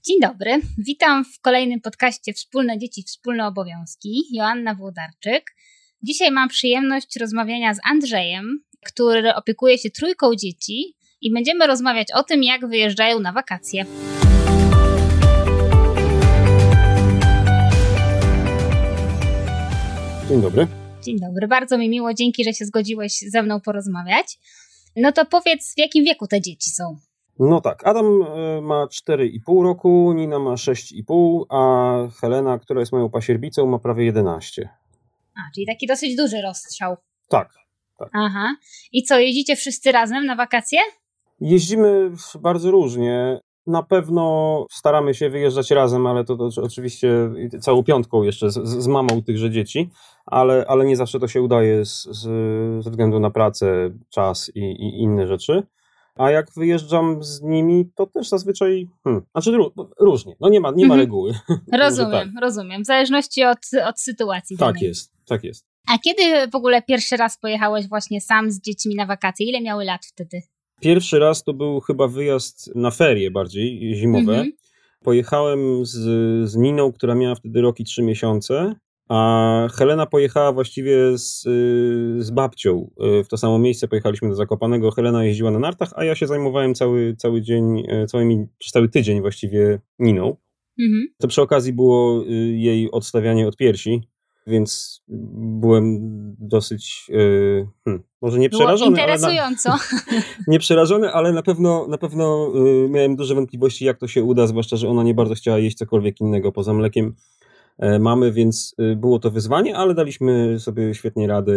Dzień dobry, witam w kolejnym podcaście Wspólne Dzieci, Wspólne Obowiązki. Joanna Włodarczyk. Dzisiaj mam przyjemność rozmawiania z Andrzejem, który opiekuje się trójką dzieci i będziemy rozmawiać o tym, jak wyjeżdżają na wakacje. Dzień dobry. Dzień dobry, bardzo mi miło, dzięki, że się zgodziłeś ze mną porozmawiać. No to powiedz, w jakim wieku te dzieci są? No tak, Adam ma 4,5 roku, Nina ma 6,5, a Helena, która jest moją pasierbicą, ma prawie 11. Czyli taki dosyć duży rozstrzał. Tak. Aha. I co, jeździcie wszyscy razem na wakacje? Jeździmy bardzo różnie. Na pewno staramy się wyjeżdżać razem, ale to oczywiście całą piątką jeszcze z mamą tychże dzieci, ale nie zawsze to się udaje ze względu na pracę, czas i inne rzeczy. A jak wyjeżdżam z nimi, to też zazwyczaj, różnie, no nie ma reguły. Rozumiem, w zależności od sytuacji. Tak jest. A kiedy w ogóle pierwszy raz pojechałeś właśnie sam z dziećmi na wakacje? Ile miały lat wtedy? Pierwszy raz to był chyba wyjazd na ferie bardziej zimowe. Pojechałem z Niną, która miała wtedy rok i 3 miesiące, a Helena pojechała właściwie z babcią w to samo miejsce. Pojechaliśmy do Zakopanego, Helena jeździła na nartach, a ja się zajmowałem cały dzień, przez cały tydzień właściwie Niną. To przy okazji było jej odstawianie od piersi, więc byłem dosyć, może nie przerażony, interesująco. Nie przerażony, ale na pewno miałem duże wątpliwości, jak to się uda, zwłaszcza, że ona nie bardzo chciała jeść cokolwiek innego poza mlekiem mamy, więc było to wyzwanie, ale daliśmy sobie świetnie radę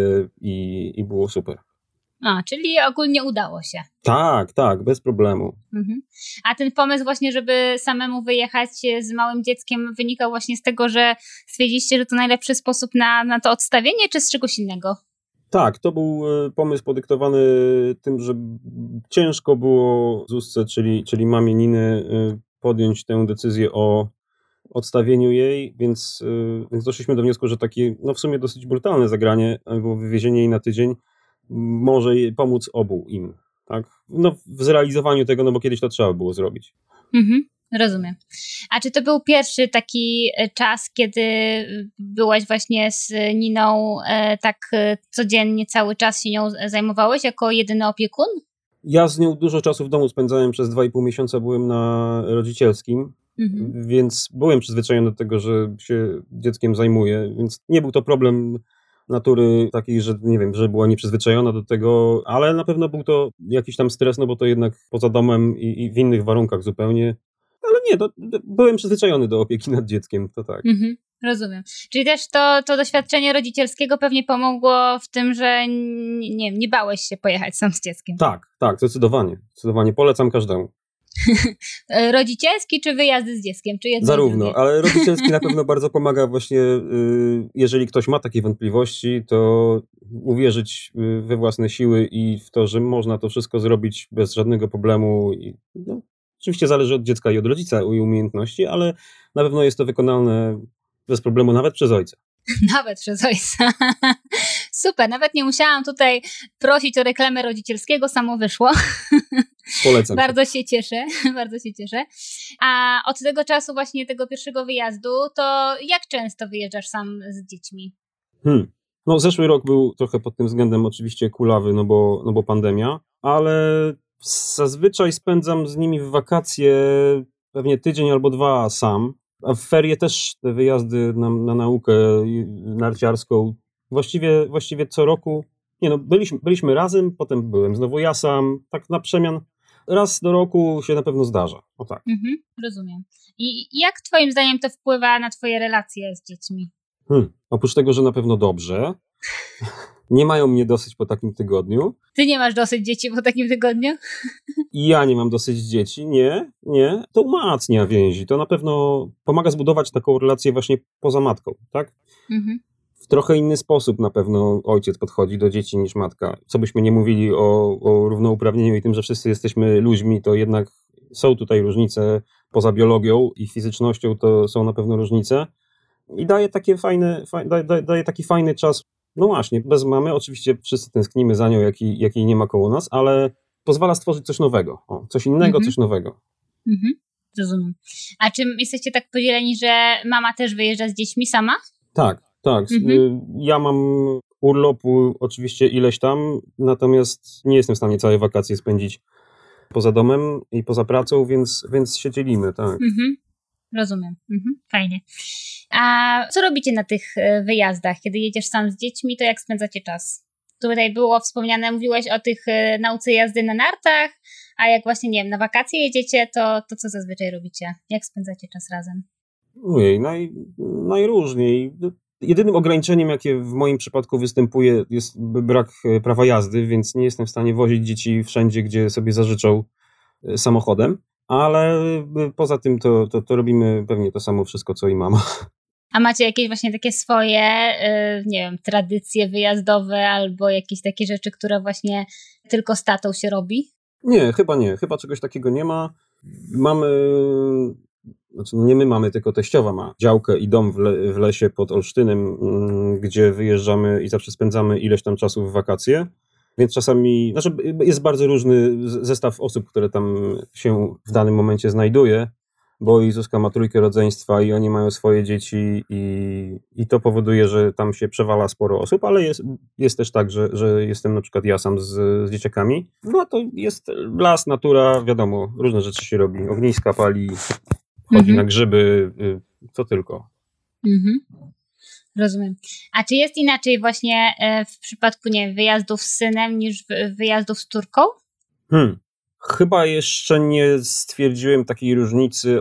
i było super. Czyli ogólnie udało się. Tak, bez problemu. A ten pomysł właśnie, żeby samemu wyjechać z małym dzieckiem wynikał właśnie z tego, że stwierdziliście, że to najlepszy sposób na to odstawienie, czy z czegoś innego? Tak, to był pomysł podyktowany tym, że ciężko było Zuzce, czyli mamie Niny, podjąć tę decyzję o odstawieniu jej, więc doszliśmy do wniosku, że takie w sumie dosyć brutalne zagranie, albo wywiezienie jej na tydzień może pomóc obu im, tak? W zrealizowaniu tego, bo kiedyś to trzeba było zrobić. Rozumiem. A czy to był pierwszy taki czas, kiedy byłaś właśnie z Niną tak codziennie, cały czas się nią zajmowałeś jako jedyny opiekun? Ja z nią dużo czasu w domu spędzałem, przez 2,5 miesiąca byłem na rodzicielskim, więc byłem przyzwyczajony do tego, że się dzieckiem zajmuję, więc nie był to problem natury takiej, że nie wiem, że była nieprzyzwyczajona do tego, ale na pewno był to jakiś tam stres, bo to jednak poza domem i w innych warunkach zupełnie. Ale nie, byłem przyzwyczajony do opieki nad dzieckiem, to tak. Rozumiem. Czyli też to doświadczenie rodzicielskiego pewnie pomogło w tym, że nie bałeś się pojechać sam z dzieckiem. Tak, zdecydowanie. Zdecydowanie polecam każdemu. Rodzicielski czy wyjazdy z dzieckiem? Czy jedno zarówno, ale rodzicielski na pewno bardzo pomaga właśnie, jeżeli ktoś ma takie wątpliwości, to uwierzyć we własne siły i w to, że można to wszystko zrobić bez żadnego problemu. Oczywiście zależy od dziecka i od rodzica i umiejętności, ale na pewno jest to wykonalne bez problemu, nawet przez ojca. Nawet przez ojca. Super, nawet nie musiałam tutaj prosić o reklamę rodzicielskiego, samo wyszło. Polecam. Bardzo się cieszę. A od tego czasu właśnie tego pierwszego wyjazdu, to jak często wyjeżdżasz sam z dziećmi? Zeszły rok był trochę pod tym względem oczywiście kulawy, bo pandemia, ale zazwyczaj spędzam z nimi w wakacje pewnie tydzień albo 2 sam, a w ferie też te wyjazdy na naukę narciarską. Właściwie co roku, byliśmy razem, potem byłem znowu ja sam, tak na przemian. Raz do roku się na pewno zdarza. O tak. Rozumiem. I jak twoim zdaniem to wpływa na twoje relacje z dziećmi? Oprócz tego, że na pewno dobrze. Nie mają mnie dosyć po takim tygodniu. Ty nie masz dosyć dzieci po takim tygodniu? I ja nie mam dosyć dzieci. Nie. To umacnia więzi. To na pewno pomaga zbudować taką relację właśnie poza matką, tak? W trochę inny sposób na pewno ojciec podchodzi do dzieci niż matka. Co byśmy nie mówili o równouprawnieniu i tym, że wszyscy jesteśmy ludźmi, to jednak są tutaj różnice. Poza biologią i fizycznością to są na pewno różnice. I daje taki fajny czas. No właśnie, bez mamy, oczywiście wszyscy tęsknimy za nią, jakiej nie ma koło nas, ale pozwala stworzyć coś nowego. Coś innego, coś nowego. Rozumiem. A czy jesteście tak podzieleni, że mama też wyjeżdża z dziećmi sama? Tak. Ja mam urlopu oczywiście ileś tam, natomiast nie jestem w stanie całej wakacje spędzić poza domem i poza pracą, więc się dzielimy, tak. Rozumiem. Fajnie. A co robicie na tych wyjazdach? Kiedy jedziesz sam z dziećmi, to jak spędzacie czas? Tutaj było wspomniane, mówiłeś o tych nauce jazdy na nartach, a jak właśnie, nie wiem, na wakacje jedziecie, to co zazwyczaj robicie? Jak spędzacie czas razem? Ojej, najróżniej. Jedynym ograniczeniem, jakie w moim przypadku występuje, jest brak prawa jazdy, więc nie jestem w stanie wozić dzieci wszędzie, gdzie sobie zażyczą samochodem, ale poza tym to robimy pewnie to samo wszystko, co i mama. A macie jakieś właśnie takie swoje, nie wiem, tradycje wyjazdowe albo jakieś takie rzeczy, które właśnie tylko z tatą się robi? Nie. Chyba czegoś takiego nie ma. Nie my mamy, tylko teściowa ma działkę i dom w lesie pod Olsztynem, gdzie wyjeżdżamy i zawsze spędzamy ileś tam czasu w wakacje. Więc czasami, jest bardzo różny zestaw osób, które tam się w danym momencie znajduje, bo i Zuzka ma 3 rodzeństwa i oni mają swoje dzieci i to powoduje, że tam się przewala sporo osób, ale jest też tak, że jestem na przykład ja sam z dzieciakami. No to jest las, natura, wiadomo, różne rzeczy się robi. Ogniska pali, chodzi na grzyby, co tylko. Rozumiem. A czy jest inaczej właśnie w przypadku, nie wiem, wyjazdów z synem niż wyjazdów z córką? Chyba jeszcze nie stwierdziłem takiej różnicy.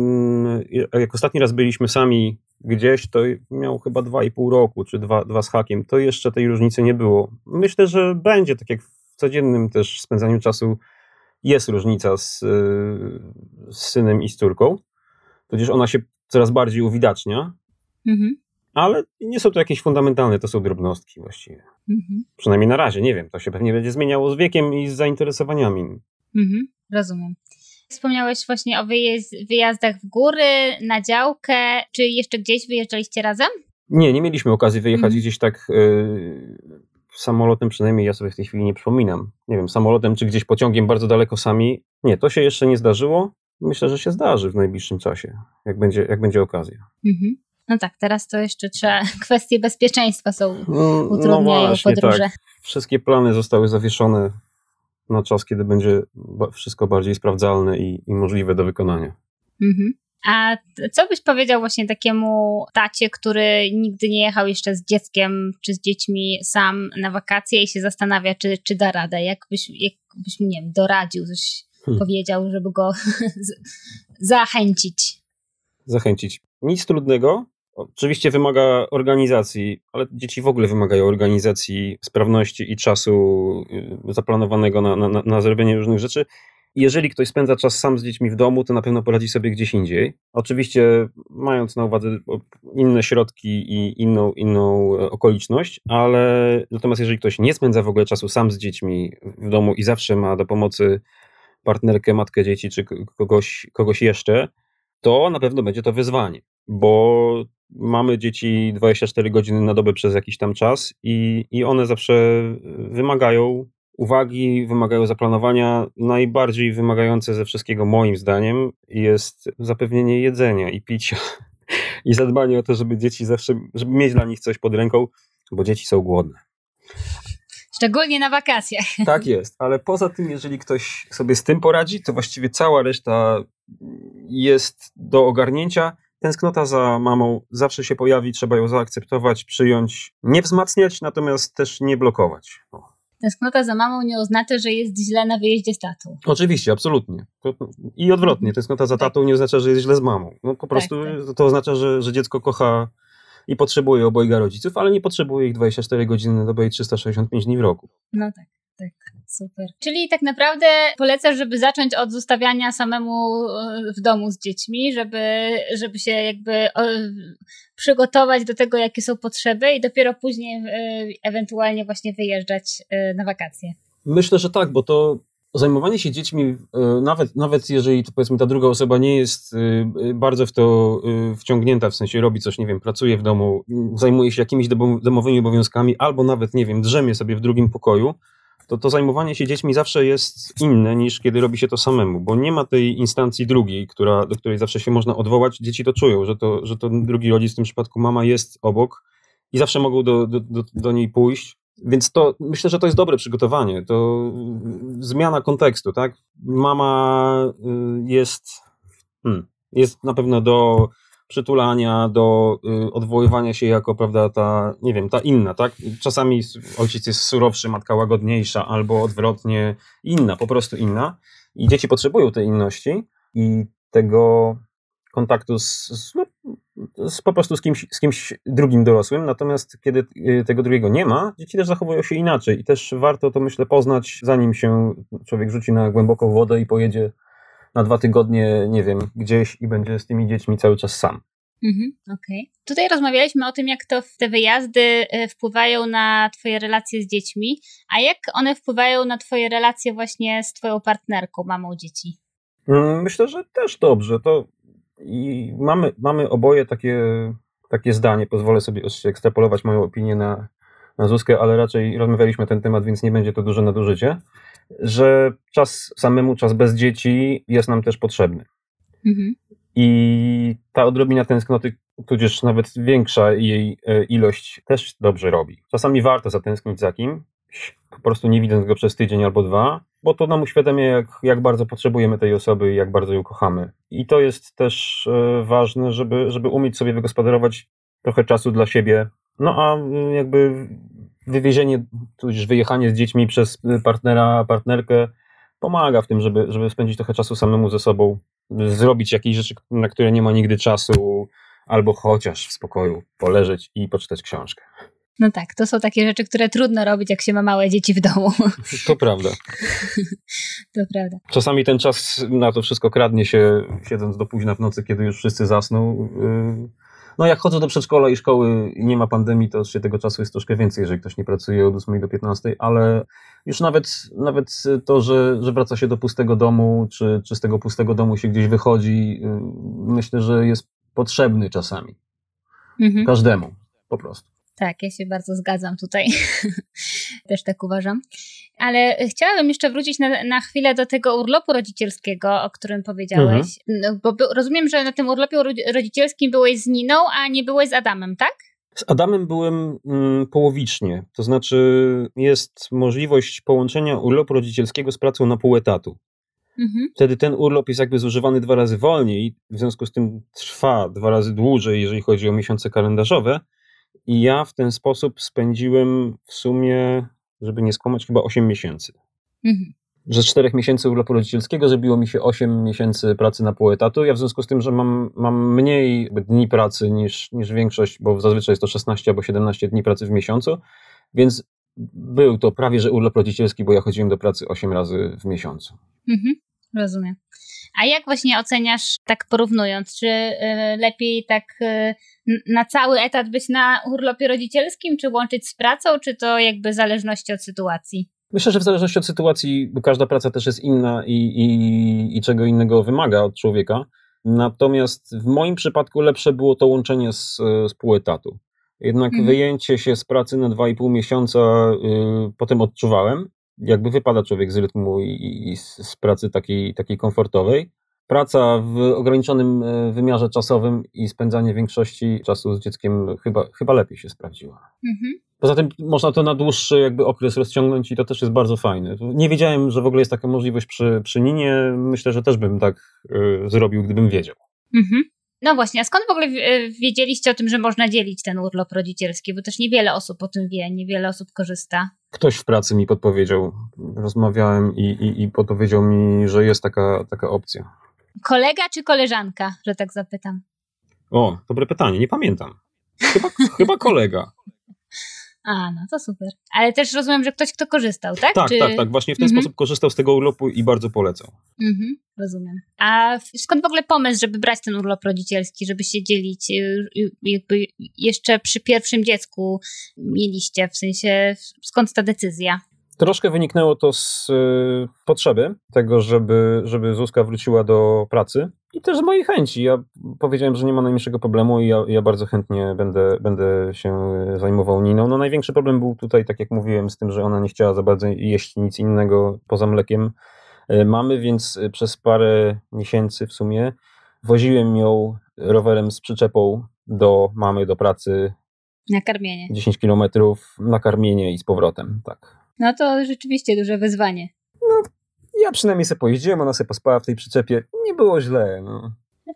Jak ostatni raz byliśmy sami gdzieś, to miał chyba 2,5 roku, czy 2 z hakiem. To jeszcze tej różnicy nie było. Myślę, że będzie, tak jak w codziennym też spędzaniu czasu jest różnica z synem i z córką. Tudzież ona się coraz bardziej uwidacznia. Ale nie są to jakieś fundamentalne, to są drobnostki właściwie. Przynajmniej na razie, nie wiem, to się pewnie będzie zmieniało z wiekiem i z zainteresowaniami. Rozumiem. Wspomniałeś właśnie o wyjazdach w góry, na działkę. Czy jeszcze gdzieś wyjeżdżaliście razem? Nie mieliśmy okazji wyjechać gdzieś tak samolotem, przynajmniej ja sobie w tej chwili nie przypominam. Nie wiem, samolotem czy gdzieś pociągiem bardzo daleko sami. Nie, to się jeszcze nie zdarzyło. Myślę, że się zdarzy w najbliższym czasie, jak będzie okazja. No tak, teraz to jeszcze trzeba, kwestie bezpieczeństwa utrudniają właśnie, podróże. Tak. Wszystkie plany zostały zawieszone na czas, kiedy będzie wszystko bardziej sprawdzalne i możliwe do wykonania. A co byś powiedział właśnie takiemu tacie, który nigdy nie jechał jeszcze z dzieckiem czy z dziećmi sam na wakacje i się zastanawia, czy da radę? Jakbyś nie wiem, doradził, coś powiedział, żeby go zachęcić? Zachęcić. Nic trudnego. Oczywiście wymaga organizacji, ale dzieci w ogóle wymagają organizacji, sprawności i czasu zaplanowanego na zrobienie różnych rzeczy. Jeżeli ktoś spędza czas sam z dziećmi w domu, to na pewno poradzi sobie gdzieś indziej. Oczywiście mając na uwadze inne środki i inną okoliczność, ale natomiast jeżeli ktoś nie spędza w ogóle czasu sam z dziećmi w domu i zawsze ma do pomocy partnerkę, matkę dzieci czy kogoś jeszcze, to na pewno będzie to wyzwanie, bo mamy dzieci 24 godziny na dobę przez jakiś tam czas i one zawsze wymagają uwagi, wymagają zaplanowania. Najbardziej wymagające ze wszystkiego moim zdaniem jest zapewnienie jedzenia i picia i zadbanie o to, żeby dzieci zawsze, żeby mieć dla nich coś pod ręką, bo dzieci są głodne. Szczególnie na wakacjach. Tak jest, ale poza tym, jeżeli ktoś sobie z tym poradzi, to właściwie cała reszta jest do ogarnięcia. Tęsknota za mamą zawsze się pojawi, trzeba ją zaakceptować, przyjąć, nie wzmacniać, natomiast też nie blokować. Tęsknota za mamą nie oznacza, że jest źle na wyjeździe z tatą. Oczywiście, absolutnie. I odwrotnie, tęsknota za tatą nie oznacza, że jest źle z mamą. No po prostu to oznacza, że dziecko kocha i potrzebuje obojga rodziców, ale nie potrzebuje ich 24 godziny na dobę i 365 dni w roku. No tak, super. Czyli tak naprawdę polecasz, żeby zacząć od zostawiania samemu w domu z dziećmi, żeby się jakby przygotować do tego, jakie są potrzeby i dopiero później ewentualnie właśnie wyjeżdżać na wakacje. Myślę, że tak, bo to zajmowanie się dziećmi, nawet jeżeli to powiedzmy ta druga osoba nie jest bardzo w to wciągnięta, w sensie robi coś, nie wiem, pracuje w domu, zajmuje się jakimiś domowymi obowiązkami, albo nawet, nie wiem, drzemie sobie w drugim pokoju, to zajmowanie się dziećmi zawsze jest inne niż kiedy robi się to samemu, bo nie ma tej instancji drugiej, do której zawsze się można odwołać. Dzieci to czują, że to drugi rodzic, w tym przypadku mama, jest obok i zawsze mogą do niej pójść. Więc myślę, że to jest dobre przygotowanie. To zmiana kontekstu, tak? Mama jest na pewno do przytulania, do odwoływania się jako, prawda, ta inna, tak? Czasami ojciec jest surowszy, matka łagodniejsza, albo odwrotnie, inna, po prostu inna. I dzieci potrzebują tej inności i tego kontaktu po prostu z kimś drugim dorosłym. Natomiast kiedy tego drugiego nie ma, dzieci też zachowują się inaczej. I też warto to, myślę, poznać, zanim się człowiek rzuci na głęboką wodę i pojedzie na 2 tygodnie, nie wiem, gdzieś i będzie z tymi dziećmi cały czas sam. Okej. Tutaj rozmawialiśmy o tym, jak te wyjazdy wpływają na twoje relacje z dziećmi, a jak one wpływają na twoje relacje właśnie z twoją partnerką, mamą dzieci? Myślę, że też dobrze. I mamy oboje takie zdanie, pozwolę sobie ekstrapolować moją opinię na Zuzkę, ale raczej rozmawialiśmy na ten temat, więc nie będzie to duże nadużycie, że czas samemu, czas bez dzieci jest nam też potrzebny. I ta odrobina tęsknoty, tudzież nawet większa jej ilość, też dobrze robi. Czasami warto zatęsknić za kimś, po prostu nie widząc go przez tydzień albo 2, bo to nam uświadamia, jak bardzo potrzebujemy tej osoby i jak bardzo ją kochamy. I to jest też ważne, żeby umieć sobie wygospodarować trochę czasu dla siebie. No a jakby wywiezienie, tudzież wyjechanie z dziećmi przez partnerkę pomaga w tym, żeby spędzić trochę czasu samemu ze sobą, zrobić jakieś rzeczy, na które nie ma nigdy czasu, albo chociaż w spokoju poleżeć i poczytać książkę. No tak, to są takie rzeczy, które trudno robić, jak się ma małe dzieci w domu. To prawda. To prawda. Czasami ten czas na to wszystko kradnie się, siedząc do późna w nocy, kiedy już wszyscy zasną. No jak chodzę do przedszkola i szkoły i nie ma pandemii, to się tego czasu jest troszkę więcej, jeżeli ktoś nie pracuje od 8 do 15, ale już nawet to, że wraca się do pustego domu, czy z tego pustego domu się gdzieś wychodzi, myślę, że jest potrzebny czasami. Każdemu, po prostu. Tak, ja się bardzo zgadzam tutaj. Też tak uważam. Ale chciałabym jeszcze wrócić na chwilę do tego urlopu rodzicielskiego, o którym powiedziałeś. No, bo rozumiem, że na tym urlopie rodzicielskim byłeś z Niną, a nie byłeś z Adamem, tak? Z Adamem byłem połowicznie. To znaczy jest możliwość połączenia urlopu rodzicielskiego z pracą na pół etatu. Wtedy ten urlop jest jakby zużywany 2 razy wolniej, w związku z tym trwa 2 razy dłużej, jeżeli chodzi o miesiące kalendarzowe. I ja w ten sposób spędziłem w sumie, żeby nie skłamać, chyba 8 miesięcy. Że z 4 miesięcy urlopu rodzicielskiego zrobiło mi się 8 miesięcy pracy na pół etatu. Ja w związku z tym, że mam mniej dni pracy niż większość, bo zazwyczaj jest to 16 albo 17 dni pracy w miesiącu, więc był to prawie że urlop rodzicielski, bo ja chodziłem do pracy 8 razy w miesiącu. Rozumiem. A jak właśnie oceniasz, tak porównując, czy lepiej tak na cały etat być na urlopie rodzicielskim, czy łączyć z pracą, czy to jakby w zależności od sytuacji? Myślę, że w zależności od sytuacji, bo każda praca też jest inna i czego innego wymaga od człowieka. Natomiast w moim przypadku lepsze było to łączenie z pół etatu. Jednak wyjęcie się z pracy na 2,5 miesiąca potem odczuwałem. Jakby wypada człowiek z rytmu i z pracy takiej komfortowej. Praca w ograniczonym wymiarze czasowym i spędzanie większości czasu z dzieckiem chyba lepiej się sprawdziła. Poza tym można to na dłuższy jakby okres rozciągnąć i to też jest bardzo fajne. Nie wiedziałem, że w ogóle jest taka możliwość przy Ninie. Myślę, że też bym tak zrobił, gdybym wiedział. No właśnie, a skąd w ogóle wiedzieliście o tym, że można dzielić ten urlop rodzicielski? Bo też niewiele osób o tym wie, niewiele osób korzysta. Ktoś w pracy mi podpowiedział. Rozmawiałem i podpowiedział mi, że jest taka opcja. Kolega czy koleżanka, że tak zapytam? O, dobre pytanie, nie pamiętam. Chyba kolega. A, no to super. Ale też rozumiem, że ktoś, kto korzystał, tak? Tak. Właśnie w ten sposób korzystał z tego urlopu i bardzo polecał. Rozumiem. A skąd w ogóle pomysł, żeby brać ten urlop rodzicielski, żeby się dzielić jakby jeszcze przy pierwszym dziecku mieliście? W sensie, skąd ta decyzja? Troszkę wyniknęło to z potrzeby tego, żeby Zuzka wróciła do pracy. I też z mojej chęci. Ja powiedziałem, że nie ma najmniejszego problemu i ja bardzo chętnie będę się zajmował Niną. No największy problem był tutaj, tak jak mówiłem, z tym, że ona nie chciała za bardzo jeść nic innego poza mlekiem mamy, więc przez parę miesięcy w sumie woziłem ją rowerem z przyczepą do mamy, do pracy. Na karmienie. 10 kilometrów na karmienie i z powrotem, tak. No to rzeczywiście duże wyzwanie. No, ja przynajmniej sobie pojeździłem, ona sobie pospała w tej przyczepie. Nie było źle, no.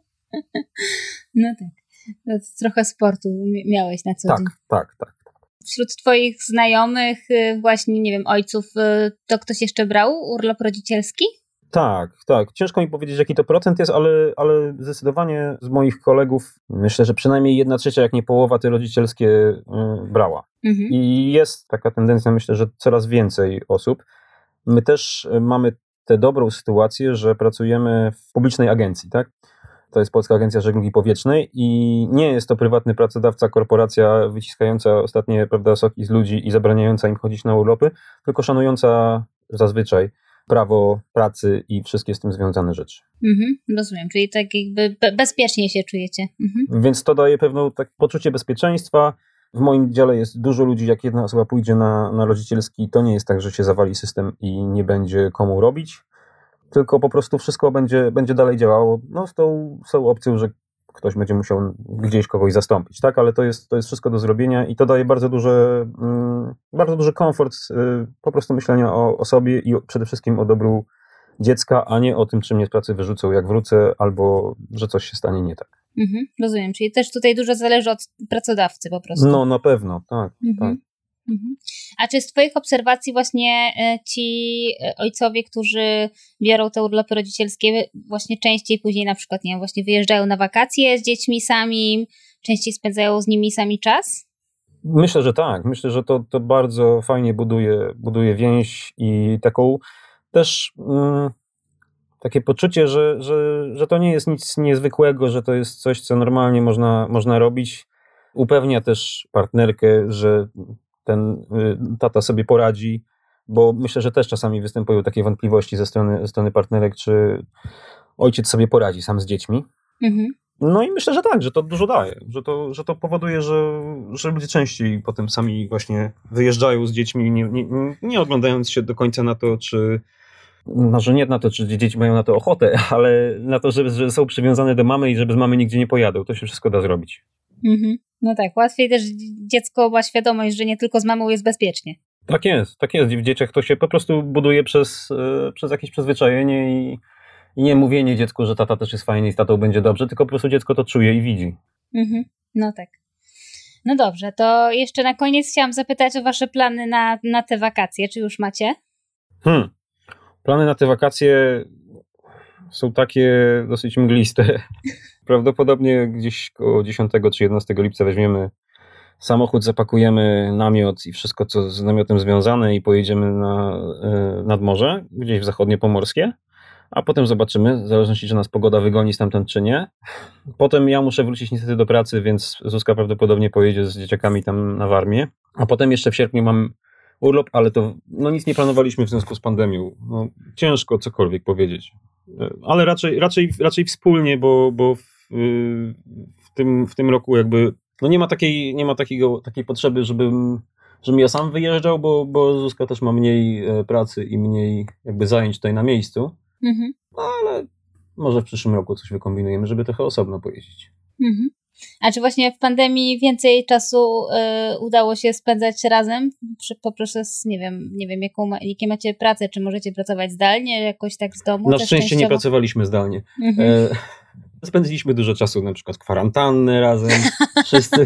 No tak. To trochę sportu miałeś na co dzień. Tak. Wśród twoich znajomych, właśnie, nie wiem, ojców, to ktoś jeszcze brał urlop rodzicielski? Tak. Ciężko mi powiedzieć, jaki to procent jest, ale zdecydowanie z moich kolegów myślę, że przynajmniej 1/3, jak nie połowa, te rodzicielskie brała. Mhm. I jest taka tendencja, myślę, że coraz więcej osób. My też mamy tę dobrą sytuację, że pracujemy w publicznej agencji, tak? To jest Polska Agencja Żeglugi Powietrznej i nie jest to prywatny pracodawca, korporacja wyciskająca ostatnie, prawda, soki z ludzi i zabraniająca im chodzić na urlopy, tylko szanująca zazwyczaj prawo pracy i wszystkie z tym związane rzeczy. Rozumiem, czyli tak jakby bezpiecznie się czujecie. Więc to daje pewne poczucie bezpieczeństwa. W moim dziale jest dużo ludzi, jak jedna osoba pójdzie na rodzicielski, to nie jest tak, że się zawali system i nie będzie komu robić, tylko po prostu wszystko będzie dalej działało. No są opcje, że ktoś będzie musiał gdzieś kogoś zastąpić, tak? Ale to jest wszystko do zrobienia i to daje bardzo duży komfort po prostu myślenia o sobie i przede wszystkim o dobru dziecka, a nie o tym, czy mnie z pracy wyrzucą, jak wrócę, albo że coś się stanie nie tak. Rozumiem, czyli też tutaj dużo zależy od pracodawcy po prostu. No na pewno, tak. A czy z twoich obserwacji właśnie ci ojcowie, którzy biorą te urlopy rodzicielskie, właśnie częściej później na przykład, nie wiem, właśnie wyjeżdżają na wakacje z dziećmi sami, częściej spędzają z nimi sami czas? Myślę, że tak. Myślę, że to bardzo fajnie buduje więź i taką też takie poczucie, że to nie jest nic niezwykłego, że to jest coś, co normalnie można robić. Upewnia też partnerkę, że ten tata sobie poradzi, bo myślę, że też czasami występują takie wątpliwości ze strony partnerek, czy ojciec sobie poradzi sam z dziećmi. No i myślę, że tak, że to dużo daje, że to powoduje, że ludzie częściej potem sami właśnie wyjeżdżają z dziećmi, nie oglądając się do końca na to, czy może nie na to, czy dzieci mają na to ochotę, ale na to, że są przywiązane do mamy i żeby z mamy nigdzie nie pojadą. To się wszystko da zrobić. No tak, łatwiej też dziecko ma świadomość, że nie tylko z mamą jest bezpiecznie. Tak jest. W dzieciach to się po prostu buduje przez jakieś przyzwyczajenie i nie mówienie dziecku, że tata też jest fajny i z tatą będzie dobrze, tylko po prostu dziecko to czuje i widzi. No tak. No dobrze, to jeszcze na koniec chciałam zapytać o wasze plany na te wakacje. Czy już macie? Plany na te wakacje są takie dosyć mgliste. Prawdopodobnie gdzieś koło 10 czy 11 lipca weźmiemy samochód, zapakujemy namiot i wszystko, co z namiotem związane i pojedziemy nad morze, gdzieś w zachodnie pomorskie, a potem zobaczymy, w zależności, czy nas pogoda wygoni stamtąd, czy nie. Potem ja muszę wrócić niestety do pracy, więc Zuzka prawdopodobnie pojedzie z dzieciakami tam na Warmię, a potem jeszcze w sierpniu mam urlop, ale to nic nie planowaliśmy w związku z pandemią. Ciężko cokolwiek powiedzieć. Ale raczej wspólnie, bo w tym roku jakby nie ma takiej potrzeby, żebym ja sam wyjeżdżał, bo Zuzka też ma mniej pracy i mniej jakby zajęć tutaj na miejscu. Ale może w przyszłym roku coś wykombinujemy, żeby trochę osobno pojeździć. A czy właśnie w pandemii więcej czasu udało się spędzać razem? Poprzez, nie wiem, jakie macie pracę, czy możecie pracować zdalnie, jakoś tak z domu? Na szczęście nie pracowaliśmy zdalnie. Spędziliśmy dużo czasu, na przykład kwarantannę razem, wszyscy.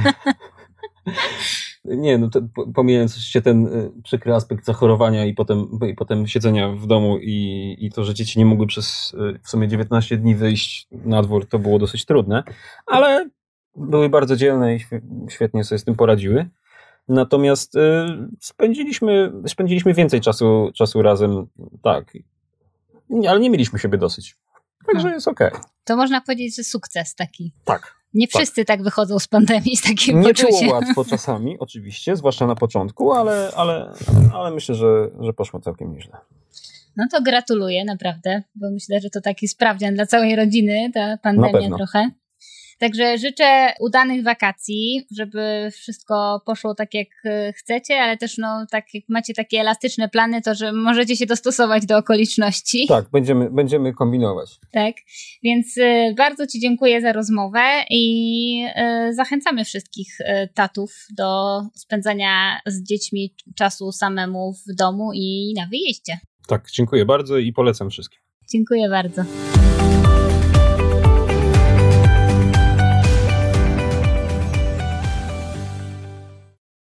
Nie, pomijając jeszcze ten przykry aspekt zachorowania i potem siedzenia w domu i to, że dzieci nie mogły przez w sumie 19 dni wyjść na dwór, to było dosyć trudne, ale były bardzo dzielne i świetnie sobie z tym poradziły. Natomiast spędziliśmy więcej czasu razem, tak, ale nie mieliśmy siebie dosyć. Także jest okej. To można powiedzieć, że sukces taki. Tak. Nie wszyscy tak wychodzą z pandemii z takim poczuciem. Nie było łatwo czasami, oczywiście, zwłaszcza na początku, ale myślę, że poszło całkiem nieźle. No to gratuluję naprawdę, bo myślę, że to taki sprawdzian dla całej rodziny, ta pandemia trochę. Także życzę udanych wakacji, żeby wszystko poszło tak jak chcecie, ale też tak jak macie takie elastyczne plany, to że możecie się dostosować do okoliczności. Tak, będziemy kombinować. Tak, więc bardzo Ci dziękuję za rozmowę i zachęcamy wszystkich tatów do spędzania z dziećmi czasu samemu w domu i na wyjeździe. Tak, dziękuję bardzo i polecam wszystkim. Dziękuję bardzo.